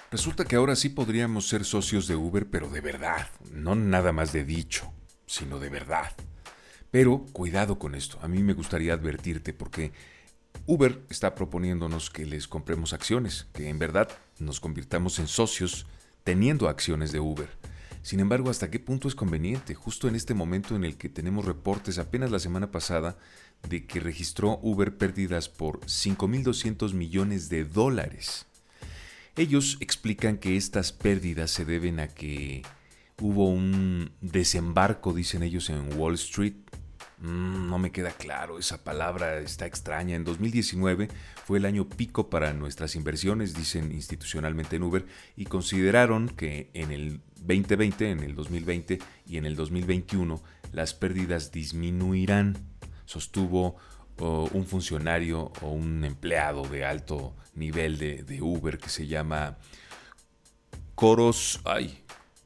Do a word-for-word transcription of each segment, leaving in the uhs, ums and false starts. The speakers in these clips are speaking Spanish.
Resulta que ahora sí podríamos ser socios de Uber, pero de verdad, no nada más de dicho, sino de verdad. Pero cuidado con esto, a mí me gustaría advertirte porque Uber está proponiéndonos que les compremos acciones, que en verdad nos convirtamos en socios teniendo acciones de Uber. Sin embargo, ¿hasta qué punto es conveniente? Justo en este momento en el que tenemos reportes apenas la semana pasada de que registró Uber pérdidas por cinco mil doscientos millones de dólares. Ellos explican que estas pérdidas se deben a que hubo un desembarco, dicen ellos, en Wall Street. Mm, no me queda claro, esa palabra está extraña. En dos mil diecinueve fue el año pico para nuestras inversiones, dicen institucionalmente en Uber, y consideraron que en el veinte veinte, en el dos mil veinte y en el dos mil veintiuno las pérdidas disminuirán, sostuvo uh, un funcionario o un empleado de alto nivel de, de Uber que se llama Koros, ay,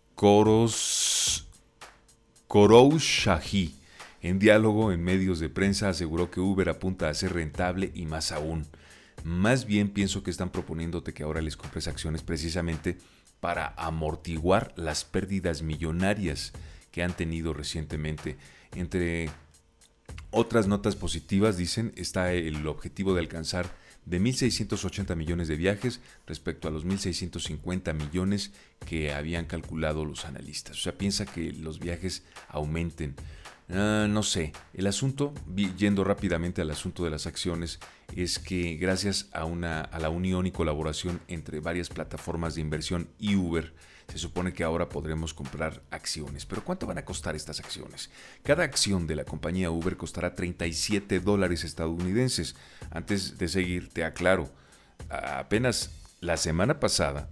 Koros, Koroush Shahi. En diálogo en medios de prensa aseguró que Uber apunta a ser rentable y más aún. Más bien pienso que están proponiéndote que ahora les compres acciones precisamente para amortiguar las pérdidas millonarias que han tenido recientemente. Entre otras notas positivas, dicen, está el objetivo de alcanzar de mil seiscientos ochenta millones de viajes respecto a los mil seiscientos cincuenta millones que habían calculado los analistas. O sea, piensa que los viajes aumenten. Uh, no sé, el asunto, yendo rápidamente al asunto de las acciones, es que gracias a, una, a la unión y colaboración entre varias plataformas de inversión y Uber, se supone que ahora podremos comprar acciones. Pero ¿cuánto van a costar estas acciones? Cada acción de la compañía Uber costará treinta y siete dólares estadounidenses. Antes de seguir, te aclaro, apenas la semana pasada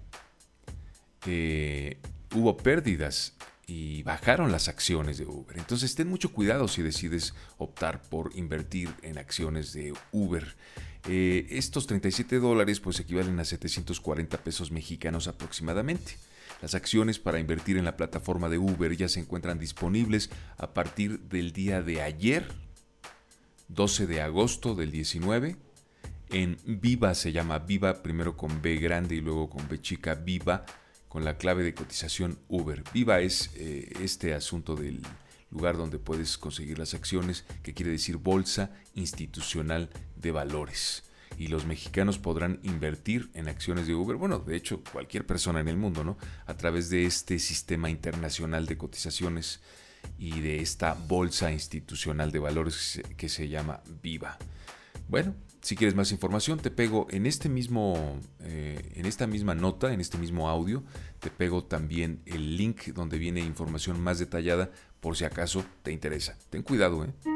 eh, hubo pérdidas y bajaron las acciones de Uber. Entonces ten mucho cuidado si decides optar por invertir en acciones de Uber. Eh, estos treinta y siete dólares pues equivalen a setecientos cuarenta pesos mexicanos aproximadamente. Las acciones para invertir en la plataforma de Uber ya se encuentran disponibles a partir del día de ayer, doce de agosto del diecinueve. En Viva, se llama Viva, primero con B grande y luego con B chica, Viva, con la clave de cotización Uber. Viva es eh, este asunto del lugar donde puedes conseguir las acciones, que quiere decir Bolsa Institucional de Valores. Y los mexicanos podrán invertir en acciones de Uber, bueno, de hecho, cualquier persona en el mundo, ¿no? A través de este sistema internacional de cotizaciones y de esta Bolsa Institucional de Valores que se, que se llama Viva. Bueno, si quieres más información, te pego en este mismo, eh, en esta misma nota, en este mismo audio, te pego también el link donde viene información más detallada por si acaso te interesa. Ten cuidado, ¿eh?